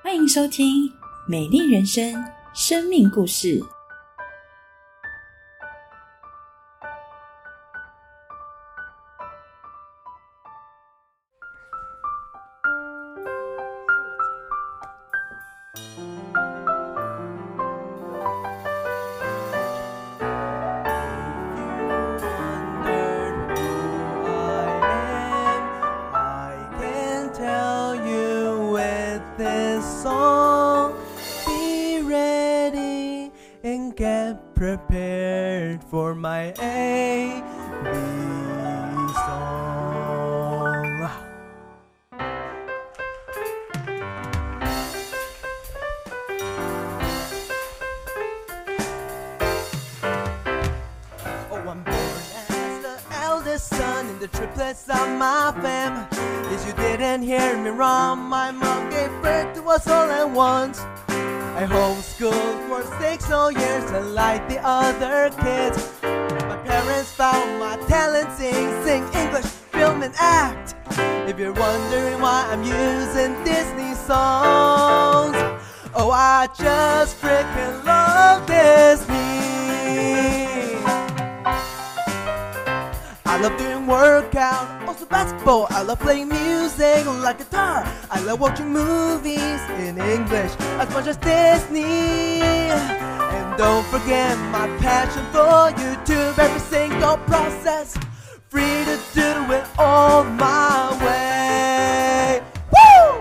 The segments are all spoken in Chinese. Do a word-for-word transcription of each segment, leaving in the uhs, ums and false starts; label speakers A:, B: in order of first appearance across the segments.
A: 欢迎收听《美丽人生》生命故事。
B: Prepared for my A B song. Oh, I'm born as the eldest son in the triplets of my family. Yes, you didn't hear me wrong. My mom gave birth to us all at once. I homeschooled for six whole years, unlike the other kids. My parents found my talent, sing, sing English, film and act. If you're wondering why I'm using Disney songs, oh, I just freaking love Disney. I love doing workout, also basketball. I love playing music like guitar. I love watching movies in English as much as Disney. And don't forget my passion for YouTube. Every single process, free to do it all my way. Woo!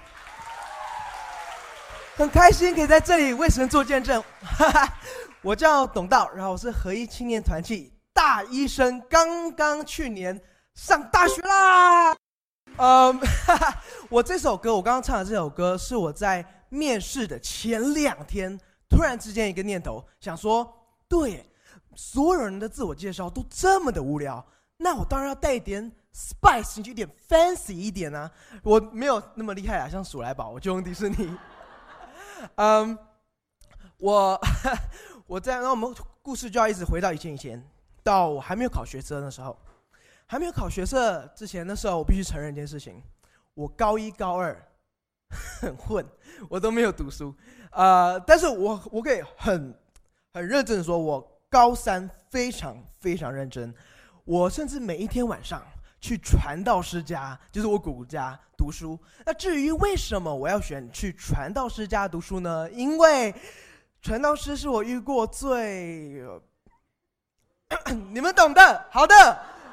B: 很开心可以在这里为神做见证。我叫董道，然后我是合一青年团契大一生，刚刚去年上大学啦。嗯，我这首歌，我刚刚唱的这首歌，是我在面试的前两天，突然之间一个念头，想说，对，所有人的自我介绍都这么的无聊，那我当然要带一点 spice 进去，一点 fancy 一点啊。我没有那么厉害啊，像鼠来宝，我就用迪士尼。嗯，我我在，那我们故事就要一直回到以前以前。到我还没有考学测的时候，还没有考学测之前，那时候我必须承认一件事情：我高一、高二很混，我都没有读书。呃，但是我我可以很很认真的说，我高三非常非常认真。我甚至每一天晚上去传道师家，就是我姑姑家读书。那至于为什么我要选去传道师家读书呢？因为传道师是我遇过最……你们懂的，好的。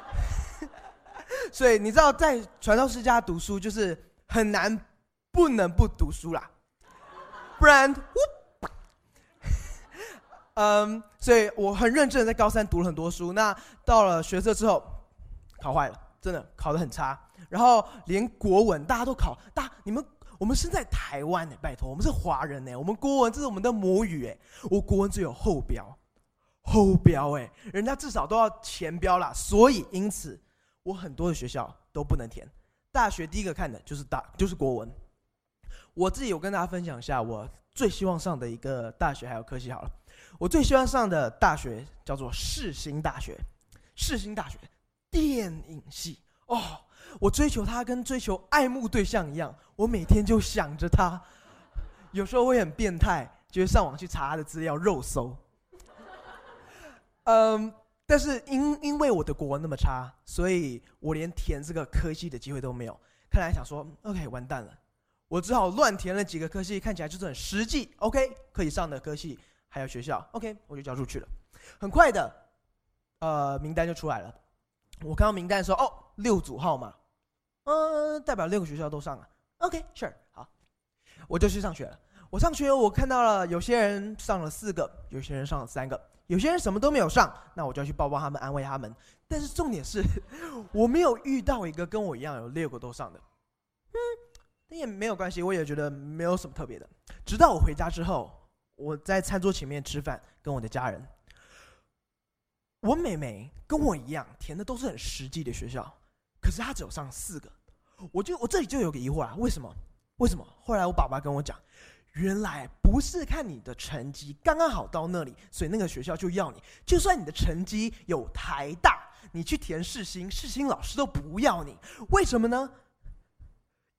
B: 所以你知道，在传道师家读书就是很难，不能不读书啦，不然，嗯，所以我很认真的在高三读了很多书。那到了学测之后，考坏了，真的考得很差。然后连国文大家都考，大你们我们身在台湾呢、欸，拜托，我们是华人呢、欸，我们国文这是我们的母语哎、欸，我国文只有后标。后标哎、欸，人家至少都要前标啦，所以因此我很多的学校都不能填。大学第一个看的就是大就是国文。我自己有跟大家分享一下我最希望上的一个大学还有科系好了。我最希望上的大学叫做世新大学，世新大学电影系哦，我追求它跟追求爱慕对象一样，我每天就想着它，有时候会很变态，就会上网去查他的资料肉搜。嗯，但是因因为我的国文那么差，所以我连填这个科系的机会都没有。看来想说 ，OK， 完蛋了，我只好乱填了几个科系，看起来就是很实际 ，OK， 可以上的科系还有学校 ，OK， 我就交出去了。很快的，呃，名单就出来了。我看到名单的时候，哦，六组号码，嗯、呃，代表六个学校都上了 ，OK，Sure， 好，我就去上学了。我上学，我看到了有些人上了四个，有些人上了三个。有些人什么都没有上，那我就要去抱抱他们，安慰他们。但是重点是，我没有遇到一个跟我一样有六个都上的。嗯，那也没有关系，我也觉得没有什么特别的。直到我回家之后，我在餐桌前面吃饭，跟我的家人。我妹妹跟我一样，填的都是很实际的学校，可是她只有上四个。我就我这里就有个疑惑啊，为什么？为什么？后来我爸爸跟我讲。原来不是看你的成绩刚刚好到那里，所以那个学校就要你。就算你的成绩有台大，你去填世新，世新老师都不要你。为什么呢？因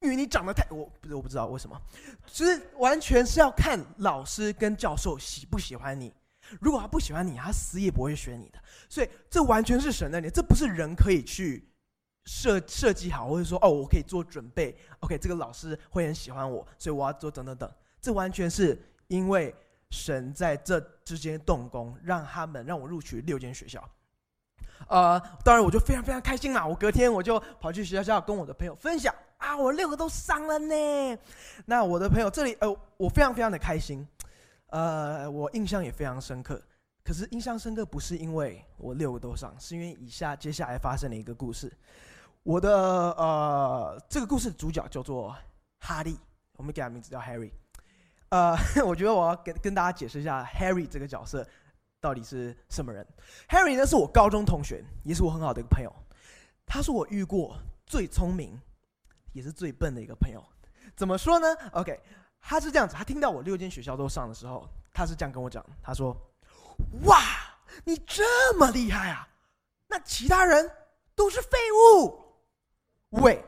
B: 女你长得太……我不我不知道为什么，就是完全是要看老师跟教授喜不喜欢你。如果他不喜欢你，他死也不会选你的。所以这完全是神的脸，这不是人可以去设设计好，或者说哦，我可以做准备。OK， 这个老师会很喜欢我，所以我要做等等等。这完全是因为神在这之间动工，让他们让我录取六间学校。呃，当然我就非常非常开心嘛。我隔天我就跑去学校跟我的朋友分享啊，我六个都上了呢。那我的朋友这里，呃，我非常非常的开心。呃，我印象也非常深刻。可是印象深刻不是因为我六个都上，是因为以下接下来发生了一个故事。我的呃，这个故事的主角叫做哈利，我们给他名字叫 Harry。呃，我觉得我要跟跟大家解释一下 Harry 这个角色到底是什么人。Harry 呢是我高中同学，也是我很好的一个朋友。他是我遇过最聪明，也是最笨的一个朋友。怎么说呢 ？OK， 他是这样子，他听到我六间学校都上的时候，他是这样跟我讲，他说：“哇，你这么厉害啊！那其他人都是废物。”喂，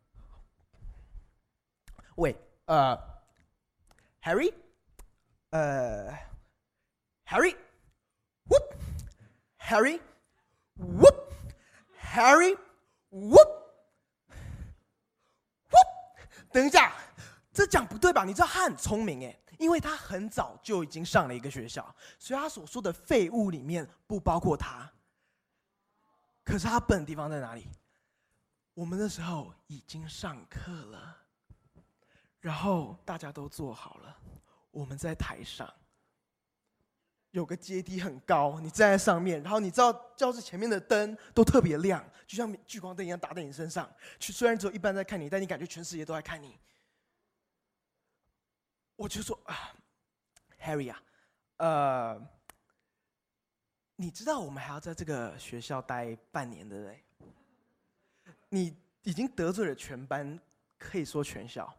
B: 喂，呃 ，Harry， 呃 ，Harry， whoop Harry whoop Harry whoop whoop， 等一下，这讲不对吧？你知道他很聪明哎，因为他很早就已经上了一个学校，所以他所说的废物里面不包括他。可是他笨的地方在哪里？我们那时候已经上课了，然后大家都坐好了，我们在台上，有个阶梯很高，你站在上面，然后你知道教室前面的灯都特别亮，就像聚光灯一样打在你身上。虽然只有一般在看你，但你感觉全世界都在看你。我就说啊 ，Harry 啊，呃，你知道我们还要在这个学校待半年，对不对？你已经得罪了全班，可以说全校，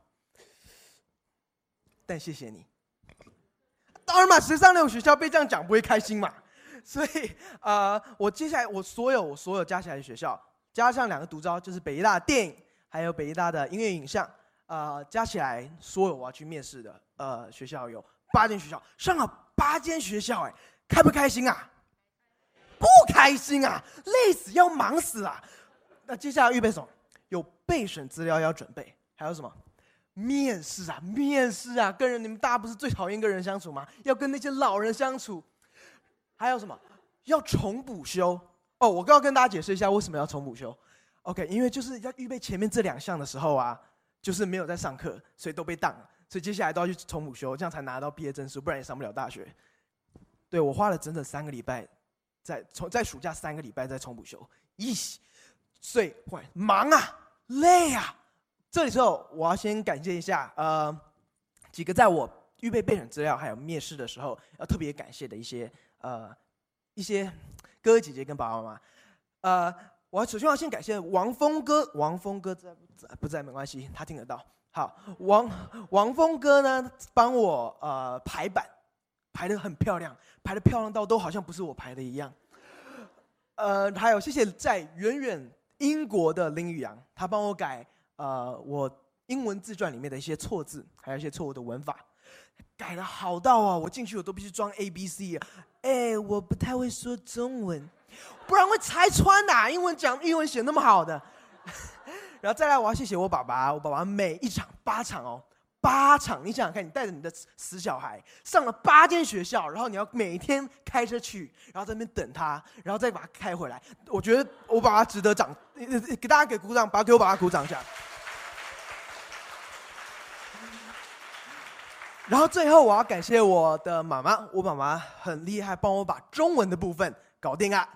B: 但谢谢你。当然嘛，谁上那种学校被这样讲不会开心嘛？所以呃，我接下来我所有我所有加起来的学校，加上两个独招，就是北医大的电影，还有北医大的音乐影像，呃，加起来所有我要去面试的呃学校有八间学校，上了八间学校，哎，开不开心啊？不开心啊，累死要忙死啊！那接下来预备什么？有备审资料要准备，还有什么？面试啊，面试啊！跟人，你们大家不是最讨厌跟人相处吗？要跟那些老人相处。还有什么？要重补修哦！我刚刚跟大家解释一下为什么要重补修。OK， 因为就是要预备前面这两项的时候啊，就是没有在上课，所以都被当了，所以接下来都要去重补修，这样才拿到毕业证书，不然也上不了大学。对，我花了整整三个礼拜，在从在暑假三个礼拜在重补修，咦。所以忙啊，累啊。这里时候我要先感谢一下，呃，几个在我预备备审资料还有面试的时候要特别感谢的一些呃一些哥哥姐姐跟爸爸妈妈。呃，我首先要先感谢王峰哥，王峰哥在不在没关系，他听得到。好，王王峰哥呢帮我呃排版，排得很漂亮，排得漂亮到都好像不是我排的一样。呃，还有谢谢在远远英国的林宇阳，他帮我改呃我英文自传里面的一些错字，还有一些错误的文法，改得好到啊，我进去我都必须装 A B C 啊，哎，我不太会说中文，不然会拆穿的、啊。英文讲英文写那么好的，然后再来我要谢谢我爸爸，我爸爸每一场八场哦。八场，你想想看，你带着你的死小孩上了八间学校，然后你要每天开车去，然后在那边等他，然后再把他开回来。我觉得我爸爸值得掌，给大家给鼓掌，把给我爸爸鼓掌一下。然后最后我要感谢我的妈妈，我妈妈很厉害，帮我把中文的部分搞定啊。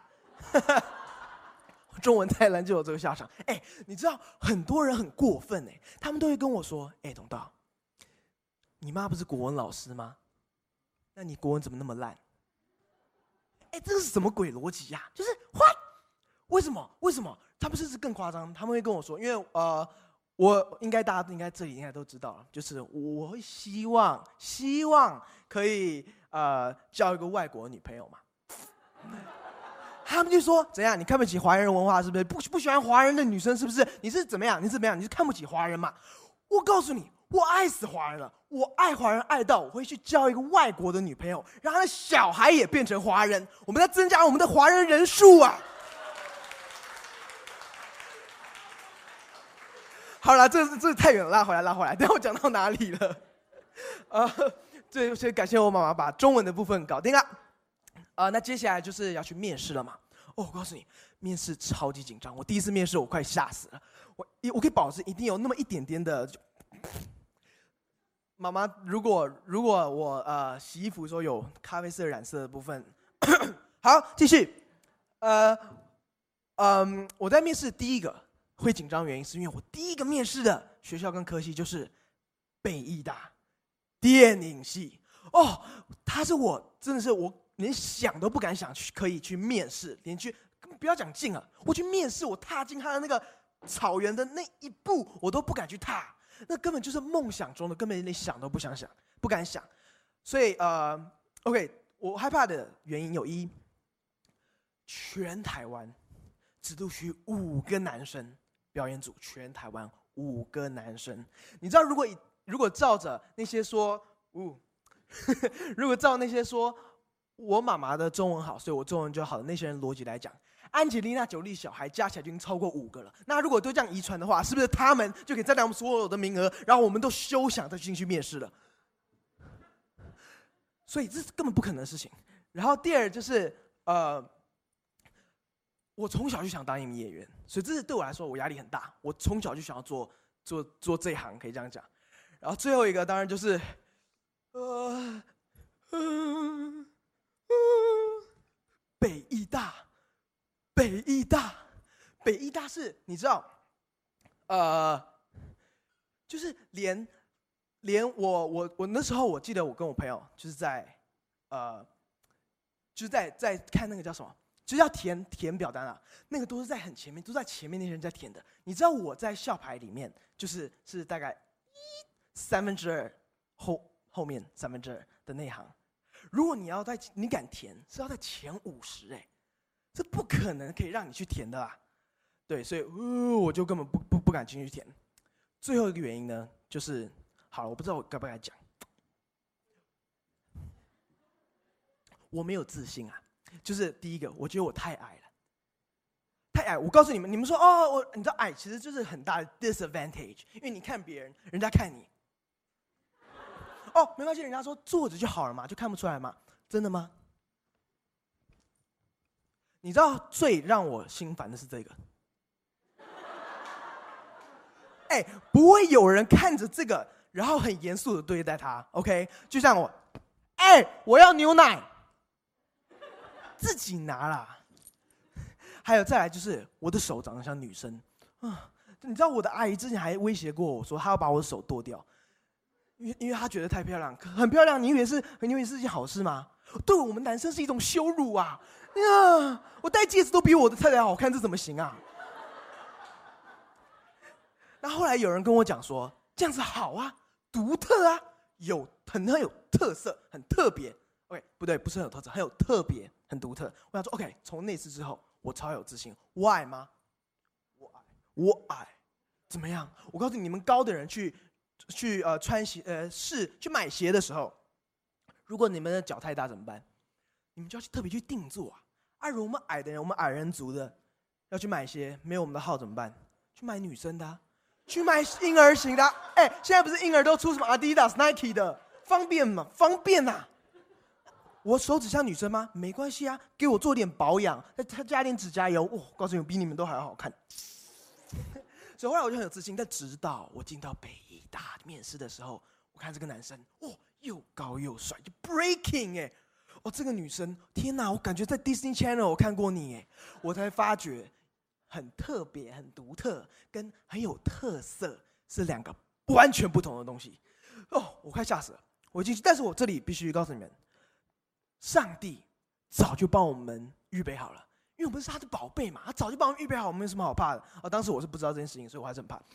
B: 中文太烂就有这个下场。哎，你知道很多人很过分哎，他们都会跟我说，哎，董道。你妈不是国文老师吗？那你国文怎么那么烂？哎，这是什么鬼逻辑呀？就是 what？ 为什么？为什么？他们甚至更夸张，他们会跟我说，因为呃，我应该大家应该这里应该都知道了，就是我会希望希望可以呃交一个外国女朋友嘛。他们就说怎样？你看不起华人文化是不是？不不喜欢华人的女生是不是？你是怎么样？你是怎么样？你是看不起华人嘛？ 我告诉你，我爱死华人了，我爱华人爱到我会去交一个外国的女朋友，让他的小孩也变成华人，我们在增加我们的华人人数啊！好了，这这太远了，拉回来拉回来。等一下我讲到哪里了？呃，这所以感谢我妈妈把中文的部分搞定了。啊、呃，那接下来就是要去面试了嘛。哦，我告诉你，面试超级紧张。我第一次面试，我快吓死了。我我可以保证，一定有那么一点点的。妈妈，如果如果我呃洗衣服的时候有咖啡色染色的部分，好，继续。呃，嗯，我在面试第一个会紧张的原因，是因为我第一个面试的学校跟科系就是北艺大电影系。哦，他是我真的是我连想都不敢想去可以去面试，连去不要讲进啊，我去面试，我踏进他的那个草原的那一步，我都不敢去踏。那根本就是梦想中的，根本连想都不想想，不敢想。所以呃 ，OK， 我害怕的原因有一，全台湾只录取五个男生表演组，全台湾五个男生。你知道，如果如果照着那些说，呜、呃，如果照那些说我妈妈的中文好，所以我中文就好的那些人逻辑来讲，安吉丽娜·裘丽小孩加起来就已经超过五个了。那如果都这样遗传的话，是不是他们就可以占领我们所有的名额，然后我们都休想再进去面试了？所以这是根本不可能的事情。然后第二就是呃，我从小就想当一名演员，所以这是对我来说我压力很大。我从小就想要做做做这一行，可以这样讲。然后最后一个当然就是，呃，嗯、呃呃，北艺大。北艺大，北艺大是你知道，呃，就是连连我我我那时候我记得我跟我朋友就是在呃，就是在在看那个叫什么，就是要填填表单啊，那个都是在很前面，都在前面那些人在填的。你知道我在校排里面就是是大概一三分之二后后面三分之二的那行，如果你要在你敢填是要在前五十哎。这不可能可以让你去填的啦，对，所以、呃、我就根本不不不敢进去填。最后一个原因呢，就是好了，我不知道我该不该讲，我没有自信啊。就是第一个，我觉得我太矮了，太矮。我告诉你们，你们说哦，我你知道矮其实就是很大的 disadvantage， 因为你看别人，人家看你，哦，没关系，人家说坐着就好了嘛，就看不出来嘛，真的吗？你知道最让我心烦的是这个，哎，不会有人看着这个，然后很严肃的对待他 ，OK？ 就像我，哎，我要牛奶，自己拿啦。还有再来就是我的手长得像女生啊，你知道我的阿姨之前还威胁过我说，她要把我的手剁掉，因为因为她觉得太漂亮，很漂亮，你以为是你以为是一件好事吗？对我们男生是一种羞辱啊！呀，我戴戒指都比我的太太好看，这怎么行啊？那后来有人跟我讲说，这样子好啊，独特啊，有很很有特色，很特别。OK， 不对，不是很有特色，很有特别，很独特。我想说 ，OK， 从那次之后，我超有自信。我矮吗？我矮，我矮，怎么样？我告诉你，你们高的人去去呃穿鞋呃试去买鞋的时候。如果你们的脚太大怎么办？你们就要去特别去定做啊！啊，如果我们矮的人，我们矮人族的，要去买鞋，没有我们的号怎么办？去买女生的、啊，去买婴儿型的、啊。哎，现在不是婴儿都出什么 Adidas、Nike 的，方便嘛？方便呐、啊！我手指像女生吗？没关系啊，给我做点保养，再加点指甲油，哦，告诉你，比你们都还要好看。所以后来我就很有自信，但直到我进到北艺大面试的时候，我看这个男生，哦。又高又帅，就 breaking 哎！哦，这个女生，天哪！我感觉在 Disney Channel 我看过你哎，我才发觉很特别、很独特，跟很有特色是两个完全不同的东西。哦，我快吓死了！我进去，但是我这里必须告诉你们，上帝早就帮我们预备好了，因为我们是他的宝贝嘛，他早就帮我们预备好，我们有什么好怕的？啊，当时我是不知道这件事情，所以我还是很怕。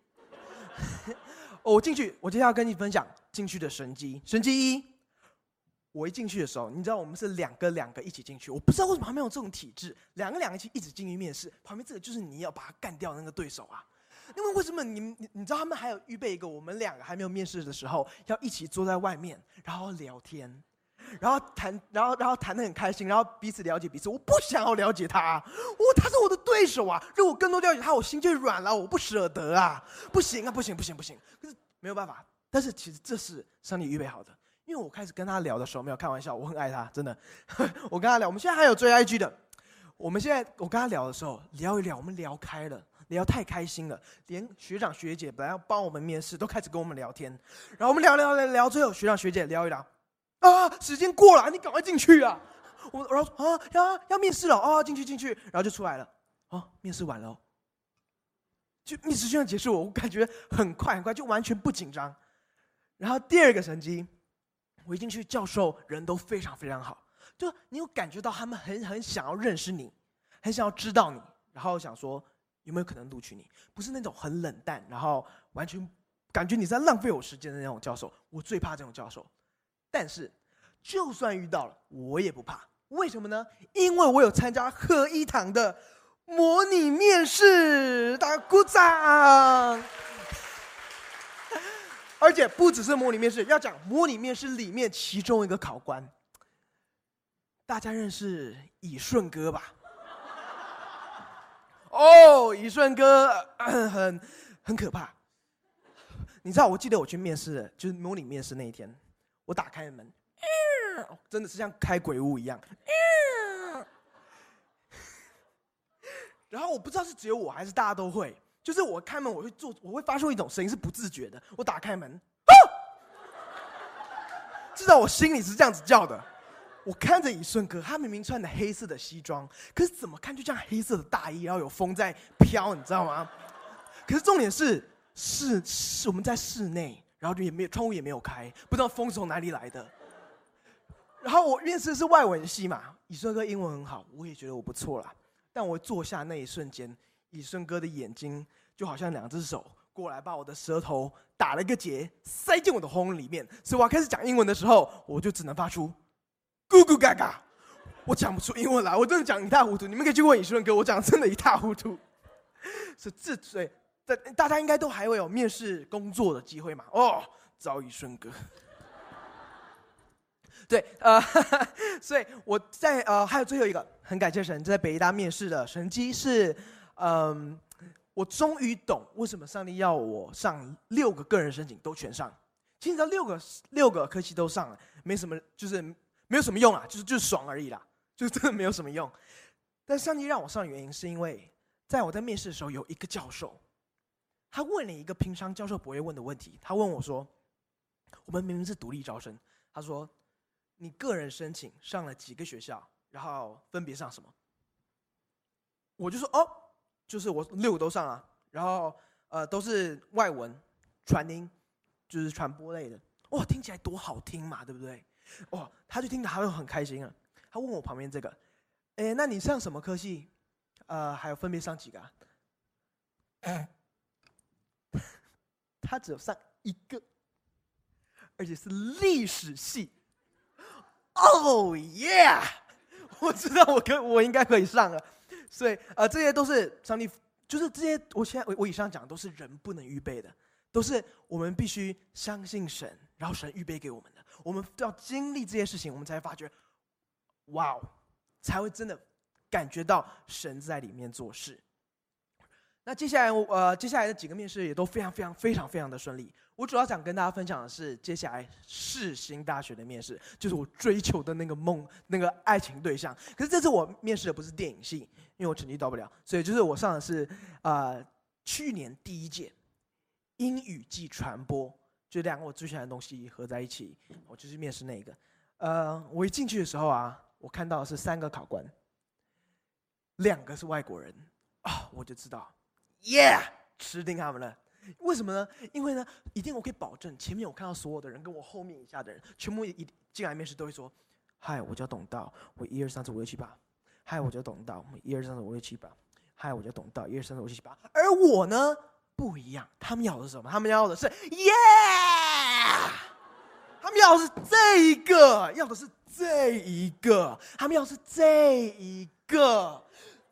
B: 哦、我进去，我接下来要跟你分享进去的神机。神机一，我一进去的时候，你知道我们是两个两个一起进去，我不知道为什么旁边有这种体制，两个两个一起一直进去面试，旁边这个就是你要把他干掉的那个对手啊。 因为为什么你你你知道他们还有预备一个，我们两个还没有面试的时候，要一起坐在外面，然后聊天，然后谈，然后然后谈得很开心，然后彼此了解彼此。我不想要了解他，我他是我的对手啊！如果更多了解他，我心就软了，我不舍得啊！不行啊，不行不行不行！可是没有办法。但是其实这是上帝预备好的，因为我开始跟他聊的时候，没有开玩笑，我很爱他，真的。我跟他聊，我们现在还有追 I G 的。我们现在我跟他聊的时候，聊一聊，我们聊开了。聊太开心了，连学长学姐本来要帮我们面试，都开始跟我们聊天。然后我们聊聊聊聊，最后学长学姐聊一聊，啊，时间过了，你赶快进去啊！我然后说啊，要要面试了啊，进去进去，然后就出来了。哦，面试完了，就面试就这样结束，我感觉很快很快，就完全不紧张。然后第二个神机，我一进去，教授人都非常非常好，就你有感觉到他们很很想要认识你，很想要知道你，然后想说。有没有可能录取你？不是那种很冷淡，然后完全感觉你在浪费我时间的那种教授。我最怕这种教授。但是，就算遇到了，我也不怕。为什么呢？因为我有参加合一堂的模拟面试，大家鼓掌。而且不只是模拟面试，要讲模拟面试里面其中一个考官，大家认识以顺哥吧？哦，以顺哥很很很可怕。你知道，我记得我去面试，就是模拟面试那一天，我打开门，真的是像开鬼屋一样。然后我不知道是只有我还是大家都会，就是我开门我会做，我会发出一种声音是不自觉的。我打开门，啊！至少我心里是这样子叫的。我看着以顺哥，他明明穿的黑色的西装，可是怎么看就像黑色的大衣，然后有风在飘，你知道吗？可是重点是，是是我们在室内，然后就也没有窗户也没有开，不知道风从哪里来的。然后我面试是外文系嘛，以顺哥英文很好，我也觉得我不错啦。但我坐下那一瞬间，以顺哥的眼睛就好像两只手过来把我的舌头打了个结，塞进我的喉咙里面。所以我要开始讲英文的时候，我就只能发出。咕咕嘎嘎，我讲不出英文来，我真的讲一塌糊涂。你们可以去问以顺哥，我讲真的一塌糊涂。是自对，大家应该都还会有面试工作的机会嘛？哦，找以顺哥。对，呃，所以我在呃还有最后一个，很感谢神，在北医大面试的神迹是，嗯、呃，我终于懂为什么上帝要我上六个个人申请都全上。其实你知道六个六个科系都上了，没什么，就是。没有什么用啊，就是就是爽而已啦，就是真的没有什么用。但上帝让我上的原因，是因为在我在面试的时候，有一个教授，他问了一个平常教授不会问的问题。他问我说：“我们明明是独立招生，他说你个人申请上了几个学校，然后分别上什么？”我就说：“哦，就是我六个都上了，然后呃都是外文、传音，就是传播类的。哇，听起来多好听嘛，对不对？”哇，他就听着他就很开心啊。他问我旁边这个，哎，那你上什么科系？呃，还有分别上几个、啊？他只有上一个，而且是历史系。Oh yeah！ 我知道我可我应该可以上了。所以呃，这些都是上帝，就是这些我现在我我以上讲的都是人不能预备的，都是我们必须相信神，然后神预备给我们的。我们要经历这些事情，我们才发觉，哇哦，才会真的感觉到神在里面做事。那接下来，呃，接下来的几个面试也都非常非常非常非常的顺利。我主要想跟大家分享的是，接下来世新大学的面试，就是我追求的那个梦，那个爱情对象。可是这次我面试的不是电影系，因为我成绩到不了，所以就是我上的是呃去年第一届英语暨传播。就两个我最喜欢的东西合在一起，我就是面试那个。呃，我一进去的时候啊，我看到的是三个考官，两个是外国人啊，我就知道，耶，吃定他们了。为什么呢？因为呢，一定我可以保证，前面我看到所有的人跟我后面以下的人，全部一进来面试都会说：“嗨，我叫董道，我一二三四五六七八。嗨，我叫董道，我一二三四五六七八。嗨，我叫董道，一二三四五六七八。”而我呢？不一样，他们要的是什么？他们要的是耶！他们要的是这一个，要的是这一个，他们要的是这一个。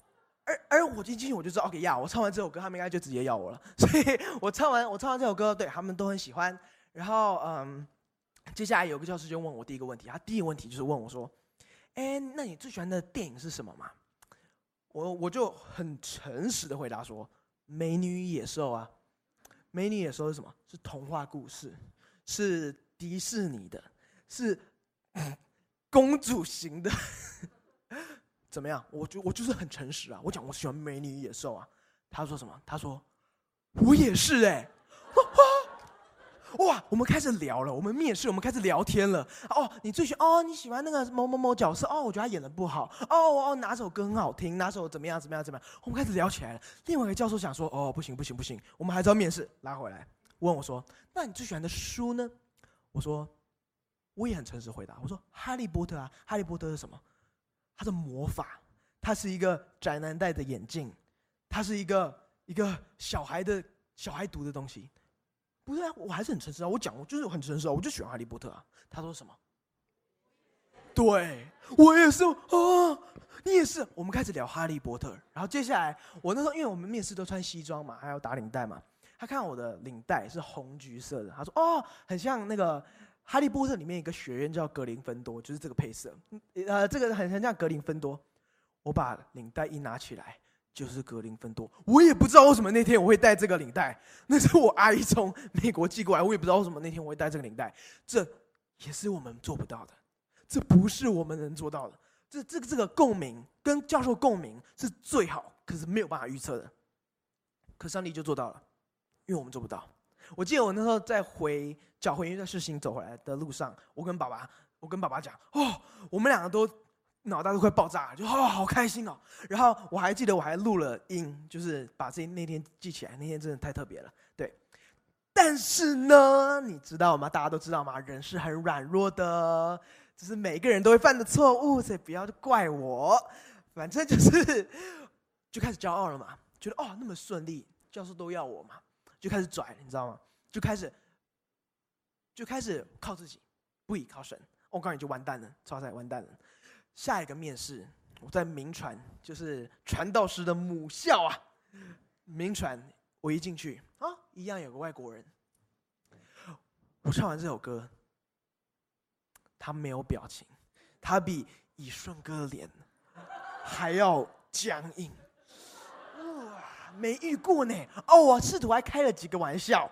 B: 而而我一进去我就知道 ，OK 呀，我唱完这首歌，他们应该就直接要我了。所以我唱完我唱完这首歌，对他们都很喜欢。然后嗯，接下来有个教师就问我第一个问题，他第一个问题就是问我说：“哎，那你最喜欢的电影是什么嘛？”我我就很诚实的回答说：“美女与野兽啊。”美女与野兽是什么？是童话故事，是迪士尼的，是公主型的。怎么样？我就我就是很诚实啊！我讲我喜欢美女与野兽啊。他说什么？他说我也是哎、欸。哇，我们开始聊了，我们面试，我们开始聊天了。哦，你最喜欢哦，你喜欢那个某某某角色哦，我觉得他演得不好。哦哦，哪首歌很好听，哪首怎么样怎么样怎么样，我们开始聊起来了。另外一个教授想说，哦，不行不行不行，我们还是要面试，拉回来问我说，那你最喜欢的书呢？我说，我也很诚实回答，我说哈利波特啊，哈利波特是什么？它是魔法，它是一个宅男戴的眼镜，它是一个一个小孩的小孩读的东西。不对啊，我还是很诚实啊！我讲，我就是很诚实啊，我就喜欢哈利波特啊。他说什么？对，我也是哦，你也是。我们开始聊哈利波特，然后接下来我那时候因为我们面试都穿西装嘛，还要打领带嘛。他看我的领带是红橘色的，他说哦，很像那个哈利波特里面一个学院叫格林芬多，就是这个配色。呃，这个很很像格林芬多。我把领带一拿起来。就是格林芬多，我也不知道为什么那天我会带这个领带，那是我阿姨从美国寄过来，我也不知道为什么那天我会带这个领带，这也是我们做不到的，这不是我们能做到的，这这个这个共鸣跟教授共鸣是最好，可是没有办法预测的，可上帝就做到了，因为我们做不到。我记得我那时候在回教会，因为在世新走回来的路上，我跟爸爸，我跟爸爸讲，哦，我们两个都。脑袋都快爆炸了，就哦好开心哦！然后我还记得我还录了音，就是把这那天记起来，那天真的太特别了。对，但是呢，你知道吗？大家都知道吗？人是很软弱的，只是每个人都会犯的错误，所以不要怪我。反正就是就开始骄傲了嘛，觉得哦那么顺利，教授都要我嘛，就开始拽，你知道吗？就开始就开始靠自己，不倚靠神。我告诉你就完蛋了，超赛完蛋了。下一个面试，我在民传，就是传道师的母校啊。民传，我一进去啊，一样有个外国人。我唱完这首歌，他没有表情，他比以顺哥的脸还要僵硬。哇，没遇过呢。哦，我试图还开了几个玩笑。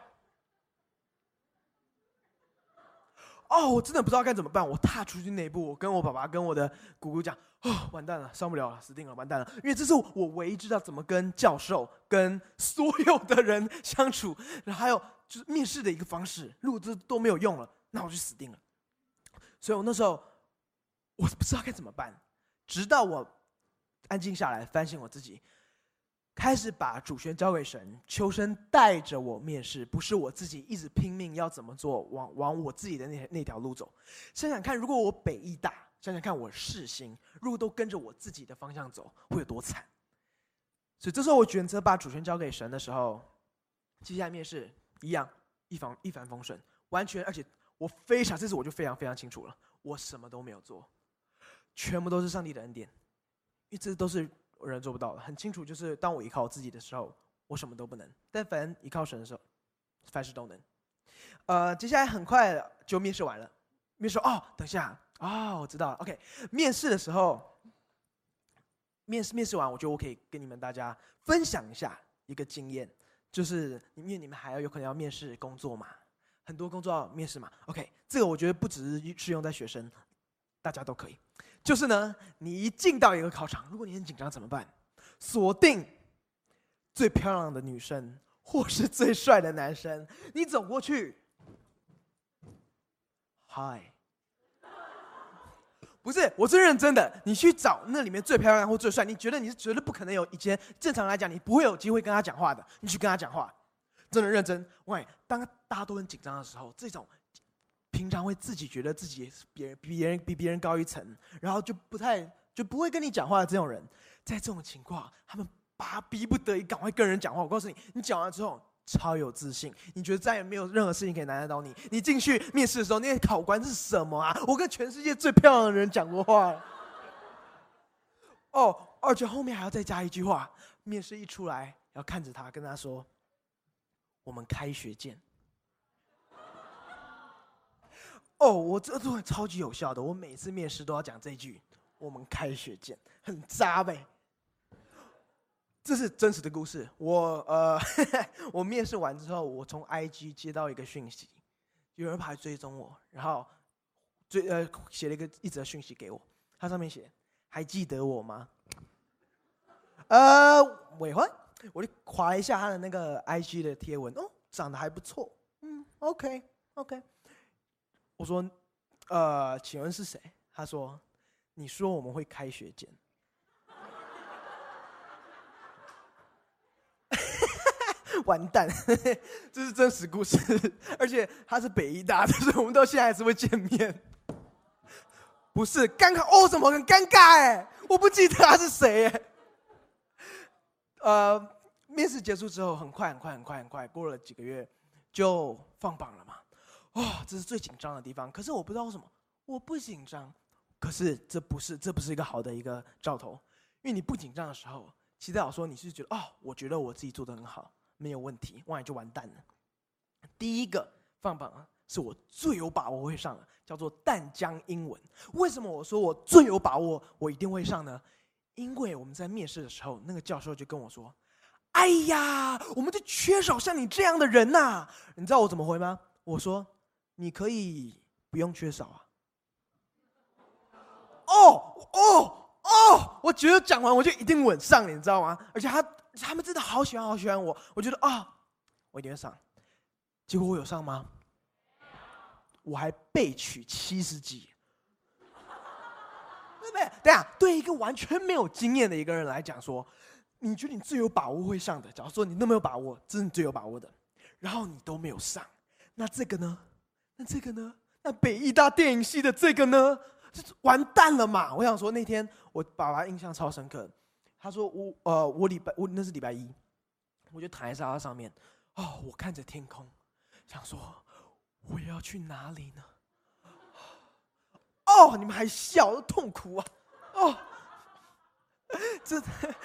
B: 哦，我真的不知道该怎么办。我踏出去那一步，我跟我爸爸、跟我的姑姑讲：“哦，完蛋了，上不了了，死定了，完蛋了！”因为这是我唯一知道怎么跟教授、跟所有的人相处，然后还有就是面试的一个方式。如果这都没有用了，那我就死定了。所以我那时候我不知道该怎么办，直到我安静下来，反省我自己。开始把主权交给神，求神带着我面试，不是我自己一直拼命要怎么做，往往我自己的那那条路走。想想看，如果我北艺大，想想看我世新，如果都跟着我自己的方向走，会有多惨？所以这时候我选择把主权交给神的时候，接下来面试一样一帆一帆风顺，完全，而且我非常，这次我就非常非常清楚了，我什么都没有做，全部都是上帝的恩典，因为这都是。人做不到的，很清楚，就是当我依靠我自己的时候，我什么都不能；但凡依靠神的时候，凡事都能。呃，接下来很快就面试完了。面试哦，等一下哦，我知道了。OK， 面试的时候，面试面试完，我觉得我可以跟你们大家分享一下一个经验，就是因为你们还要有可能要面试工作嘛，很多工作要面试嘛。OK， 这个我觉得不只是适用在学生，大家都可以。就是呢，你一进到一个考场，如果你很紧张怎么办？锁定最漂亮的女生，或是最帅的男生，你走过去，嗨，不是，我是认真的。你去找那里面最漂亮或最帅，你觉得你是绝对不可能有以前正常来讲你不会有机会跟他讲话的，你去跟他讲话，真的认真。喂，当大家都很紧张的时候，这种。平常会自己觉得自己别人比别人比别人高一层，然后就不太就不会跟你讲话的这种人，在这种情况，他们巴逼不得已赶快跟人讲话。我告诉你，你讲完之后超有自信，你觉得再也没有任何事情可以难得到你。你进去面试的时候，那些考官是什么啊？我跟全世界最漂亮的人讲过话。哦而且后面还要再加一句话，面试一出来要看着他，跟他说：“我们开学见。”哦，我这都超级有效的，我每次面试都要讲这句：“我们开学见”，很渣呗。这是真实的故事。我呃，我面试完之后，我从 I G 接到一个讯息，有人跑来追踪我，然后追呃写了一个一则讯息给我，它上面写：“还记得我吗？”呃，伟欢，我就划一下他的那个 I G 的贴文，哦，长得还不错，嗯 ，OK OK。我说，呃，请问是谁？他说，你说我们会开学见。完蛋，这是真实故事，而且他是北医大的，所以我们到现在还是会见面。不是尴尬哦，怎么很尴尬哎？我不记得他是谁哎。呃，面试结束之后，很快很快很快很快，过了几个月就放榜了嘛。哦，这是最紧张的地方。可是我不知道为什么我不紧张，可是这不是这不是一个好的一个兆头，因为你不紧张的时候，其实代表说你是觉得哦，我觉得我自己做得很好。没有问题，万一就完蛋了。第一个放榜啊，是我最有把握会上的，叫做淡江英文。为什么我说我最有把握我一定会上呢？因为我们在面试的时候，那个教授就跟我说：“哎呀，我们就缺少像你这样的人呐、啊。”你知道我怎么回吗？我说：“你可以不用缺少啊。”哦哦哦！我觉得讲完我就一定稳上，你知道吗？而且他。他们真的好喜欢好喜欢我，我觉得啊、哦，我一定会上。结果我有上吗？我还被取七十几，对不对？等一下，对一个完全没有经验的一个人来讲说，你觉得你最有把握会上的，假如说你那么有把握，这是你最有把握的，然后你都没有上，那这个呢？那这个呢？那北艺大电影系的这个呢？完蛋了嘛！我想说那天我爸爸印象超深刻。他说我呃我礼拜我那是礼拜一，我就躺在沙发上面，哦，我看着天空，想说我要去哪里呢？哦，你们还笑，痛苦啊！哦，这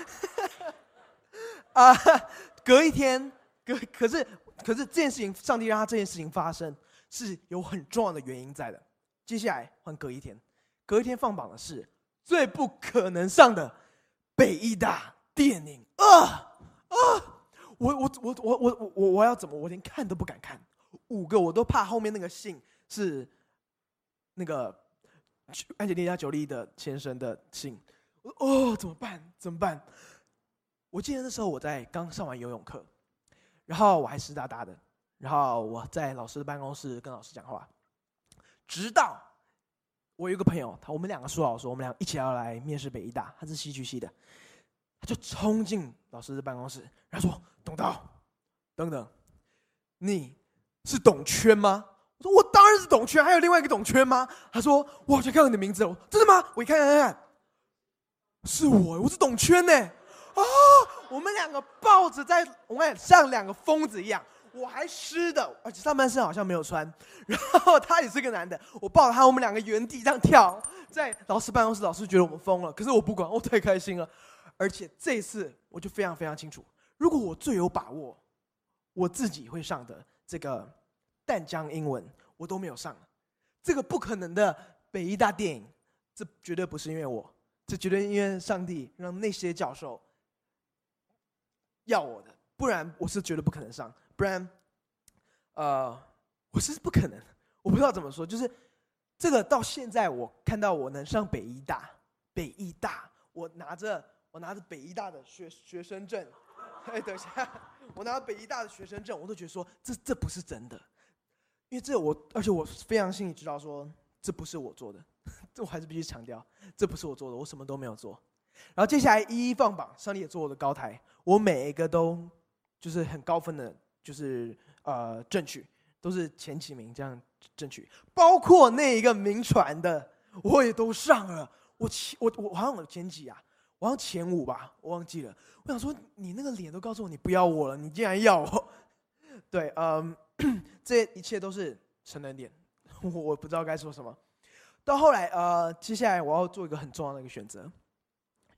B: 啊，隔一天，隔可是可是这件事情，上帝让他这件事情发生，是有很重要的原因在的。接下来换隔一天，隔一天放榜的是最不可能上的。北艺大电影啊啊！我我我我我我我要怎么？我连看都不敢看，五个我都怕后面那个信是那个安吉丽娜·裘丽的先生的信。哦，怎么办？怎么办？我记得那时候我在刚上完游泳课，然后我还湿哒哒的，然后我在老师的办公室跟老师讲话，直到。我有一个朋友，他我们两个说好说，我们俩一起要来面试北艺大，他是戏剧系的，他就冲进老师的办公室，然后说：“董导，等等，你是董圈吗？”我说：“我当然是董圈，还有另外一个董圈吗？”他说：“我好像看到你的名字了。”真的吗？我一看看看，是我，我是董圈呢。啊！我们两个抱着在，我们像两个疯子一样。我还湿的，而且上半身好像没有穿。然后他也是个男的，我抱着他，我们两个原地这样跳，在老师办公室，老师觉得我们疯了，可是我不管，我太开心了。而且这次我就非常非常清楚，如果我最有把握，我自己会上的这个淡江英文，我都没有上，这个不可能的北艺大电影，这绝对不是因为我，这绝对因为上帝让那些教授要我的，不然我是绝对不可能上。不然，呃，我是不可能，我不知道怎么说，就是这个到现在我看到我能上北医大，北医大，我拿着我拿着北医大的学学生证，哎，等一下，我拿着北医大的学生证，我都觉得说这这不是真的，因为这我，而且我非常心里知道说这不是我做的，这我还是必须强调，这不是我做的，我什么都没有做。然后接下来一一放榜，上帝也做我的高台，我每一个都就是很高分的。就是呃正取都是前几名这样正取，包括那一个名传的我也都上了。我前我我好像有前几啊，我好像前五吧，我忘记了。我想说，你那个脸都告诉我你不要我了，你竟然要我。对，嗯，这一切都是成人脸，我不知道该说什么。到后来，呃，接下来我要做一个很重要的一个选择，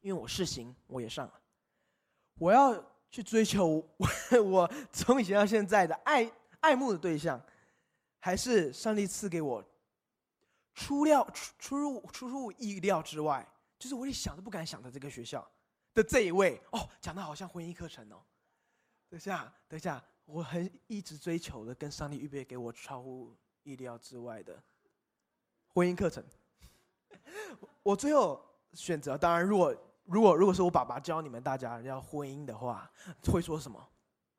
B: 因为我是行我也上了。我要去追求我, 我从以前到现在的爱爱慕的对象，还是上帝赐给我出料出出入出入意料之外，就是我连想都不敢想的这个学校的这一位哦，讲的好像婚姻课程哦。等一下，等一下，我很一直追求的，跟上帝预备给我超乎意料之外的婚姻课程。我最后选择，当然，如果如果如果是我爸爸教你们大家要婚姻的话，会说什么？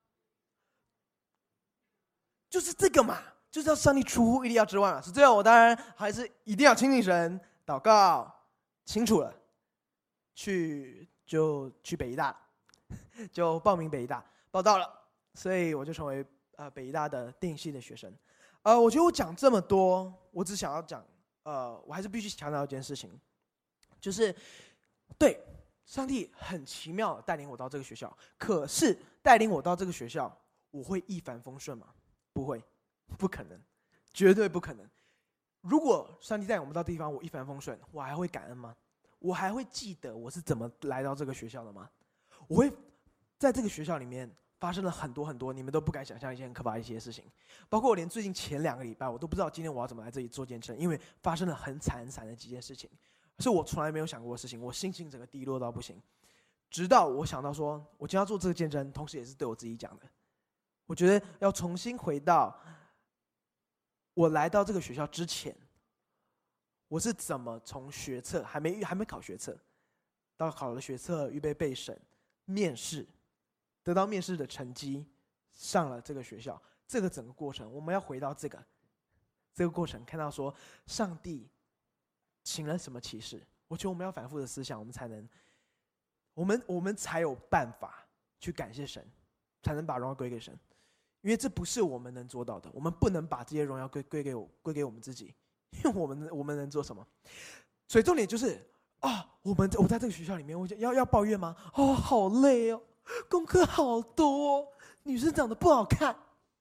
B: 就是这个嘛，就是要上帝出乎意料之外嘛。是最后，我当然还是一定要亲近神，祷告清楚了，去就去北医大，就报名北医大，报到了，所以我就成为呃北医大的电影系的学生。呃，我觉得我讲这么多，我只想要讲，呃，我还是必须强调一件事情，就是对上帝很奇妙地带领我到这个学校，可是带领我到这个学校，我会一帆风顺吗？不会，不可能，绝对不可能。如果上帝带我们到地方，我一帆风顺，我还会感恩吗？我还会记得我是怎么来到这个学校的吗？我会在这个学校里面发生了很多很多你们都不敢想象一些很可怕的一些事情，包括我连最近前两个礼拜我都不知道今天我要怎么来这里做见证，因为发生了很惨很惨的几件事情，是我从来没有想过的事情，我心情整个低落到不行。直到我想到说，我今天要做这个见证，同时也是对我自己讲的。我觉得要重新回到我来到这个学校之前，我是怎么从学测还没还没考学测，到考了学测，预备备审，面试，得到面试的成绩，上了这个学校，这个整个过程，我们要回到这个这个过程，看到说上帝请了什么启示。我觉得我们要反复的思想，我们才能，我们我们才有办法去感谢神，才能把荣耀归给神。因为这不是我们能做到的，我们不能把这些荣耀归归给我归给我们自己，因为我们我们能做什么？所以重点就是啊，我们我在这个学校里面，我要要抱怨吗？哦，好累哦，功课好多哦，女生长得不好看，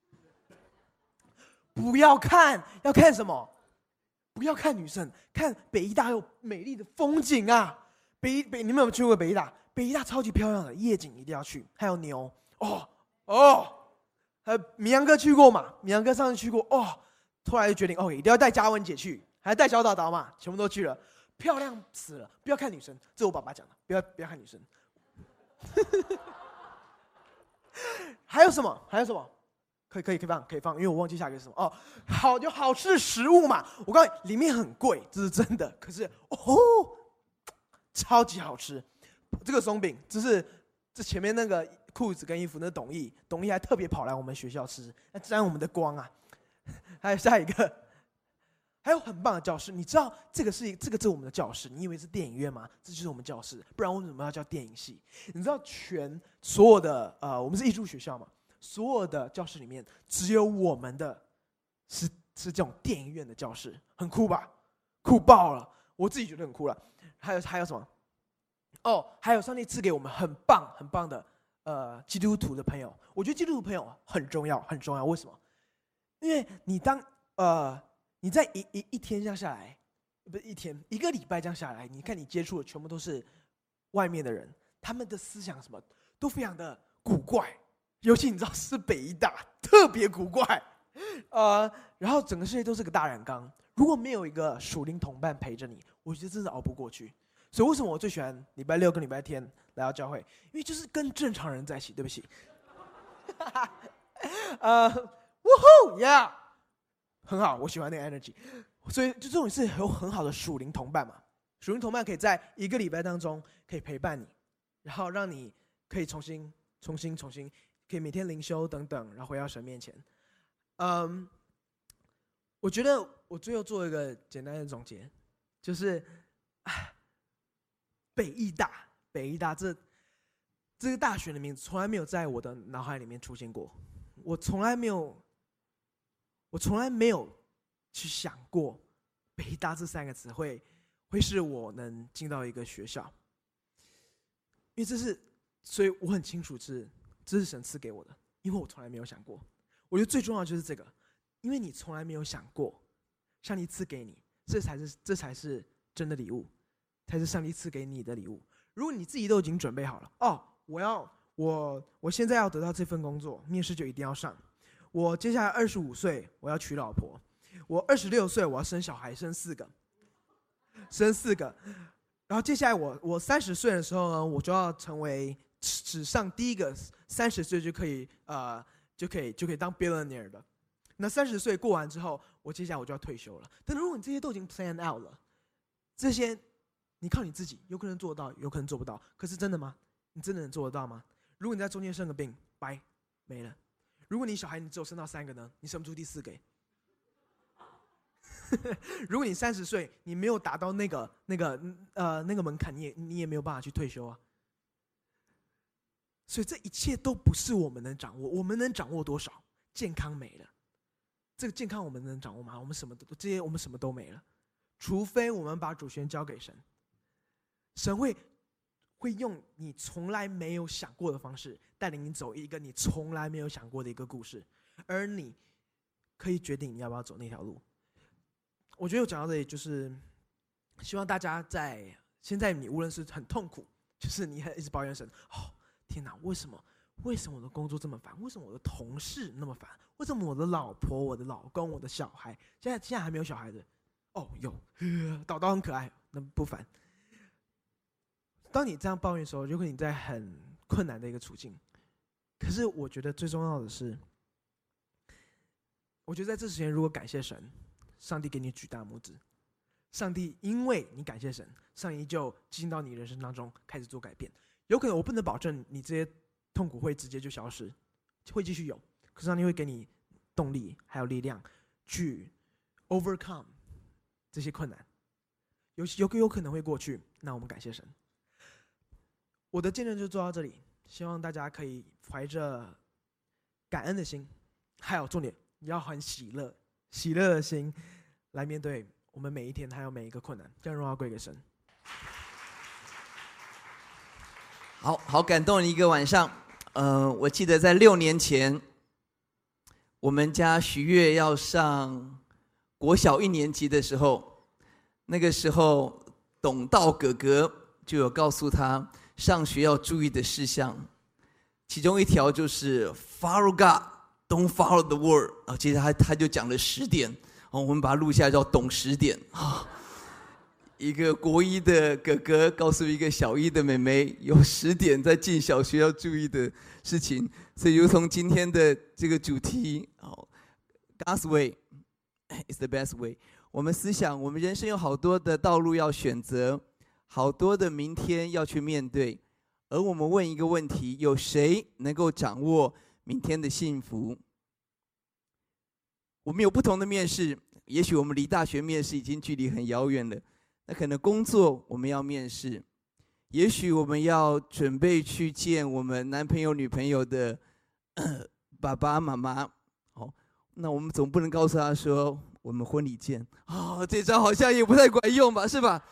B: 不要看，要看什么？不要看女生，看北医大有美丽的风景啊！北北，你们有没有去过北医大？北医大超级漂亮的，夜景一定要去，还有牛哦哦。呃，明阳哥去过嘛？明阳哥上次去过哦，后来就决定哦，一定要带嘉文姐去，还带小岛岛嘛，全部都去了，漂亮死了！不要看女生，这是我爸爸讲的，不要不要看女生。还有什么？还有什么？可以可以可以放可以放，因为我忘记下一个是什么哦。好，就好吃的食物嘛，我告诉你，里面很贵，这是真的，可是哦，超级好吃。这个松饼，这是这前面那个裤子跟衣服，那董毅，董毅还特别跑来我们学校吃，那沾我们的光啊。还有下一个，还有很棒的教室，你知道这个是这个是我们的教室，你以为是电影院吗？这就是我们教室，不然为什么要叫电影系？你知道全所有的呃，我们是艺术学校嘛，所有的教室里面只有我们的是是这种电影院的教室，很酷吧？酷爆了，我自己觉得很酷了。还有还有什么？哦，还有上帝赐给我们很棒很棒的呃基督徒的朋友，我觉得基督徒朋友很重要很重要。为什么？因为你当呃你在一一一天这样下来，不是一天一个礼拜这样下来，你看你接触的全部都是外面的人，他们的思想什么都非常的古怪，尤其你知道是北医大，特别古怪，呃，然后整个世界都是个大染缸，如果没有一个属灵同伴陪着你，我觉得真的熬不过去。所以为什么我最喜欢礼拜六跟礼拜天来到教会？因为就是跟正常人在一起。对不起，呃，呜呼呀，很好，我喜欢那个 energy。所以就这种是有很好的属灵同伴嘛，属灵同伴可以在一个礼拜当中可以陪伴你，然后让你可以重新、重新、重新，可以每天灵修等等，然后回到神面前。嗯，我觉得我最后做一个简单的总结，就是，北艺大，北艺大这这个大学的名字从来没有在我的脑海里面出现过，我从来没有，我从来没有去想过北艺大这三个词会会是我能进到一个学校，因为这是，所以我很清楚是这是神赐给我的，因为我从来没有想过。我觉得最重要的就是这个，因为你从来没有想过，上帝赐给你，这才是这才是真的礼物。才是上帝赐给你的礼物。 如果你自己都已经准备好了，哦，我要我我现在要得到这份工作，面试就一定要上。我接下来二十五岁，我要娶老婆。我二十六岁，我要生小孩，生四个，生四个。然后接下来我我三十岁的时候呢，我就要成为史上第一个三十岁就可以呃就可以就可以当 billionaire 的。那三十岁过完之后，我接下来我就要退休了。但如果你这些都已经 plan out 了，这些你靠你自己，有可能做得到，有可能做不到。可是真的吗？你真的能做得到吗？如果你在中间生个病，拜没了。如果你小孩你只有生到三个呢，你生不出第四个。如果你三十岁，你没有达到那个那个呃那个门槛，你也你也没有办法去退休啊。所以这一切都不是我们能掌握，我们能掌握多少？健康没了，这个健康我们能掌握吗？我们什么都这些我们什么都没了，除非我们把主权交给神，神会会用你从来没有想过的方式带领你走一个你从来没有想过的一个故事，而你可以决定你要不要走那条路。我觉得我讲到这里，就是希望大家在现在你无论是很痛苦，就是你一直抱怨神，哦天哪，为什么为什么我的工作这么烦？为什么我的同事那么烦？为什么我的老婆、我的老公、我的小孩，现在现在还没有小孩的？哦，有，导导很可爱，那不烦。当你这样抱怨的时候，如果你在很困难的一个处境，可是我觉得最重要的是，我觉得在这时间如果感谢神，上帝给你举大拇指，上帝因为你感谢神，上帝就进到你人生当中开始做改变。有可能我不能保证你这些痛苦会直接就消失，会继续有，可是上帝会给你动力还有力量去 overcome 这些困难，有有有可能会过去。那我们感谢神。我的见证就做到这里，希望大家可以怀着感恩的心，还有重点，你要很喜乐、喜乐的心来面对我们每一天，还有每一个困难，将荣耀归给神。
C: 好好感动的一个晚上。呃，我记得在六年前，我们家徐悦要上国小一年级的时候，那个时候董道哥哥就有告诉他上学要注意的事项，其中一条就是 follow God, don't follow the world。啊，接着他他就讲了十点，哦，我们把它录下来叫懂十点啊。一个国一的哥哥告诉一个小一的妹妹，有十点在进小学要注意的事情。所以，如同今天的这个主题，哦 ，God's way is the best way。我们思想，我们人生有好多的道路要选择，好多的明天要去面对。而我们问一个问题：有谁能够掌握明天的幸福？我们有不同的面试，也许我们离大学面试已经距离很遥远了。那可能工作我们要面试，也许我们要准备去见我们男朋友女朋友的爸爸妈妈。好，那我们总不能告诉他说我们婚礼见啊，哦，这招好像也不太管用吧，是吧？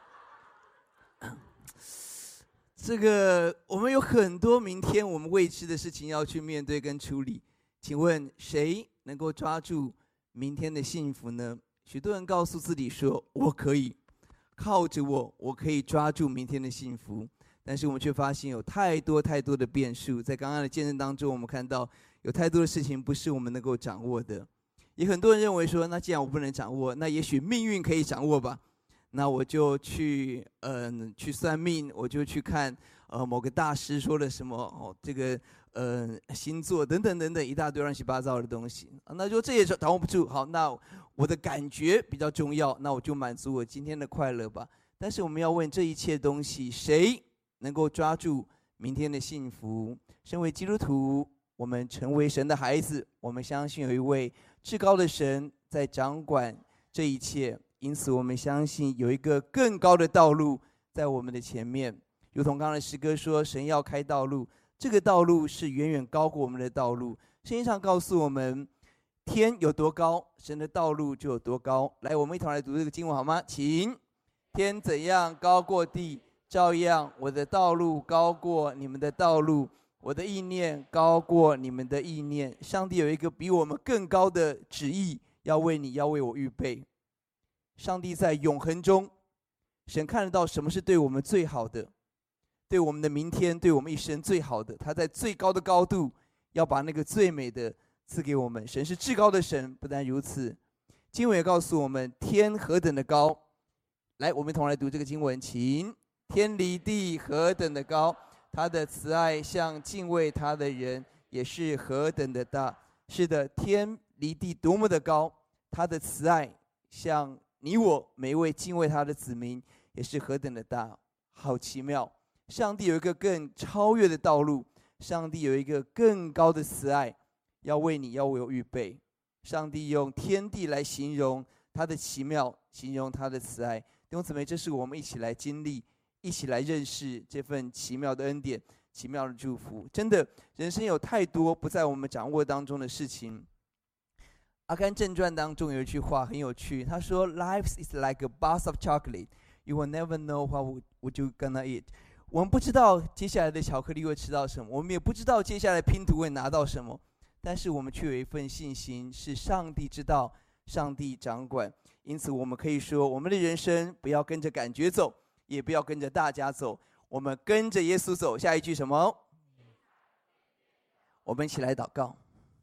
C: 这个我们有很多明天我们未知的事情要去面对跟处理。请问谁能够抓住明天的幸福呢？许多人告诉自己说我可以，靠着我，我可以抓住明天的幸福。但是我们却发现有太多太多的变数。在刚刚的见证当中，我们看到有太多的事情不是我们能够掌握的。也很多人认为说，那既然我不能掌握，那也许命运可以掌握吧。那我就去嗯、呃、去算命，我就去看呃某个大师说了什么哦，这个呃星座等等等等一大堆乱七八糟的东西。那就这也掌握不住。好，那我的感觉比较重要，那我就满足我今天的快乐吧。但是我们要问，这一切东西谁能够抓住明天的幸福？身为基督徒，我们成为神的孩子，我们相信有一位至高的神在掌管这一切，因此我们相信有一个更高的道路在我们的前面。如同刚才诗歌说，神要开道路，这个道路是远远高过我们的道路。圣经上告诉我们，天有多高，神的道路就有多高。来，我们一同来读这个经文好吗？请。天怎样高过地，照样我的道路高过你们的道路，我的意念高过你们的意念。上帝有一个比我们更高的旨意要为你，要为我预备。上帝在永恒中，神看得到什么是对我们最好的。 对我们的明天，对我们一生最好的。他在最高的高度要把那个最美的赐给我们。神是至高的神，不但如此，经文也告诉我们天何等的高。来，我们一同来读这个经文，请。天离地何等的高，他的慈爱向敬畏他的人也是何等的大。是的，天离地多么的高，他的慈爱向你我每一位敬畏他的子民也是何等的大。好奇妙，上帝有一个更超越的道路，上帝有一个更高的慈爱要为你要为我预备。上帝用天地来形容他的奇妙，形容他的慈爱。弟兄姊妹，这是我们一起来经历，一起来认识这份奇妙的恩典，奇妙的祝福。真的，人生有太多不在我们掌握当中的事情。阿甘正传当中有一句话很有趣，他说 Life is like a box of chocolate, you will never know what would you gonna eat。 我们不知道接下来的巧克力会吃到什么，我们也不知道接下来拼图会拿到什么，但是我们却有一份信心，是上帝知道，上帝掌管。因此我们可以说，我们的人生不要跟着感觉走，也不要跟着大家走，我们跟着耶稣走。下一句什么？我们一起来祷告。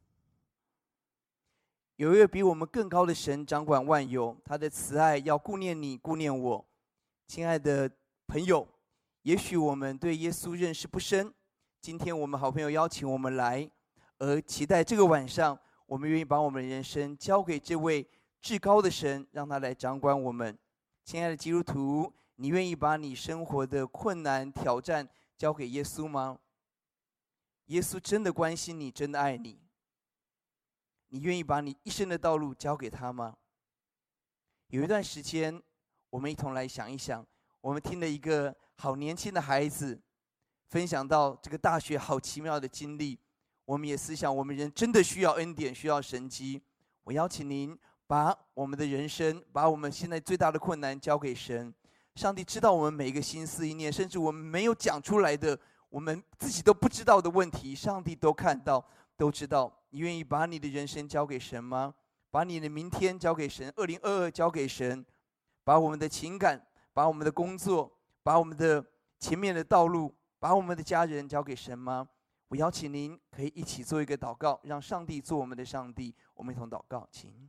C: 有一位比我们更高的神掌管万有，他的慈爱要顾念你，顾念我。亲爱的朋友，也许我们对耶稣认识不深，今天我们好朋友邀请我们来，而期待这个晚上我们愿意把我们的人生交给这位至高的神，让他来掌管我们。亲爱的基督徒，你愿意把你生活的困难挑战交给耶稣吗？耶稣真的关心你，真的爱你，你愿意把你一生的道路交给他吗？有一段时间我们一同来想一想，我们听了一个好年轻的孩子分享到这个大学好奇妙的经历，我们也思想我们人真的需要恩典，需要神迹。我邀请您把我们的人生，把我们现在最大的困难交给神。上帝知道我们每一个心思意念，甚至我们没有讲出来的，我们自己都不知道的问题，上帝都看到，都知道。你愿意把你的人生交给神吗？把你的明天交给神，二零二二交给神，把我们的情感，把我们的工作，把我们的前面的道路，把我们的家人交给神吗？我邀请您可以一起做一个祷告，让上帝做我们的上帝。我们一同祷告，请。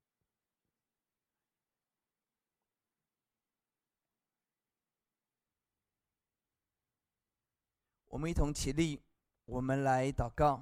C: 我们一同起立，我们来祷告。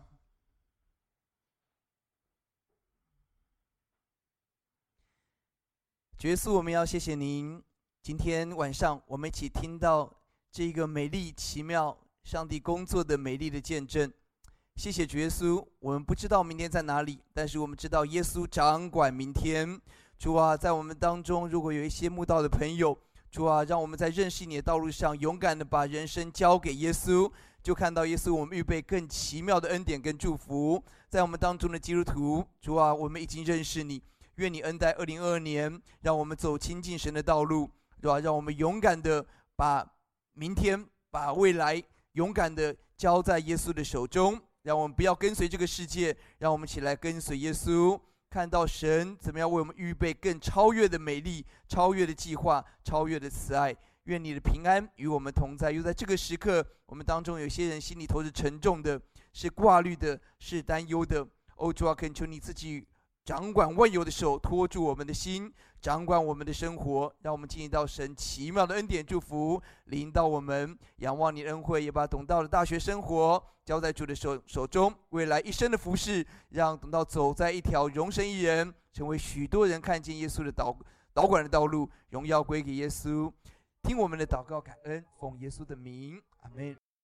C: 主耶稣，我们要谢谢您，今天晚上我们一起听到这个美丽奇妙上帝工作的美丽的见证。谢谢主耶稣，我们不知道明天在哪里，但是我们知道耶稣掌管明天。主啊，在我们当中如果有一些慕道的朋友，主啊，让我们在认识你的道路上勇敢的把人生交给耶稣，就看到耶稣我们预备更奇妙的恩典跟祝福。在我们当中的基督徒，主啊，我们已经认识你，愿你恩待二零二二年，让我们走亲近神的道路，主啊，让我们勇敢的把明天把未来勇敢的交在耶稣的手中，让我们不要跟随这个世界，让我们起来跟随耶稣，看到神怎么样为我们预备更超越的美丽，超越的计划，超越的慈爱。愿你的平安与我们同在。又在这个时刻，我们当中有些人心里头是沉重的，是挂虑的，是担忧的。哦，主啊，恳求你自己掌管万有的手，托住我们的心，掌管我们的生活，让我们经历到神奇妙的恩典祝福临到我们。仰望你的恩惠，也把董道的大学生活交在主的手手中，未来一生的服事，让董道走在一条容神一人，成为许多人看见耶稣的导导管的道路，荣耀归给耶稣。听我们的祷告，感恩，奉耶稣的名，阿们。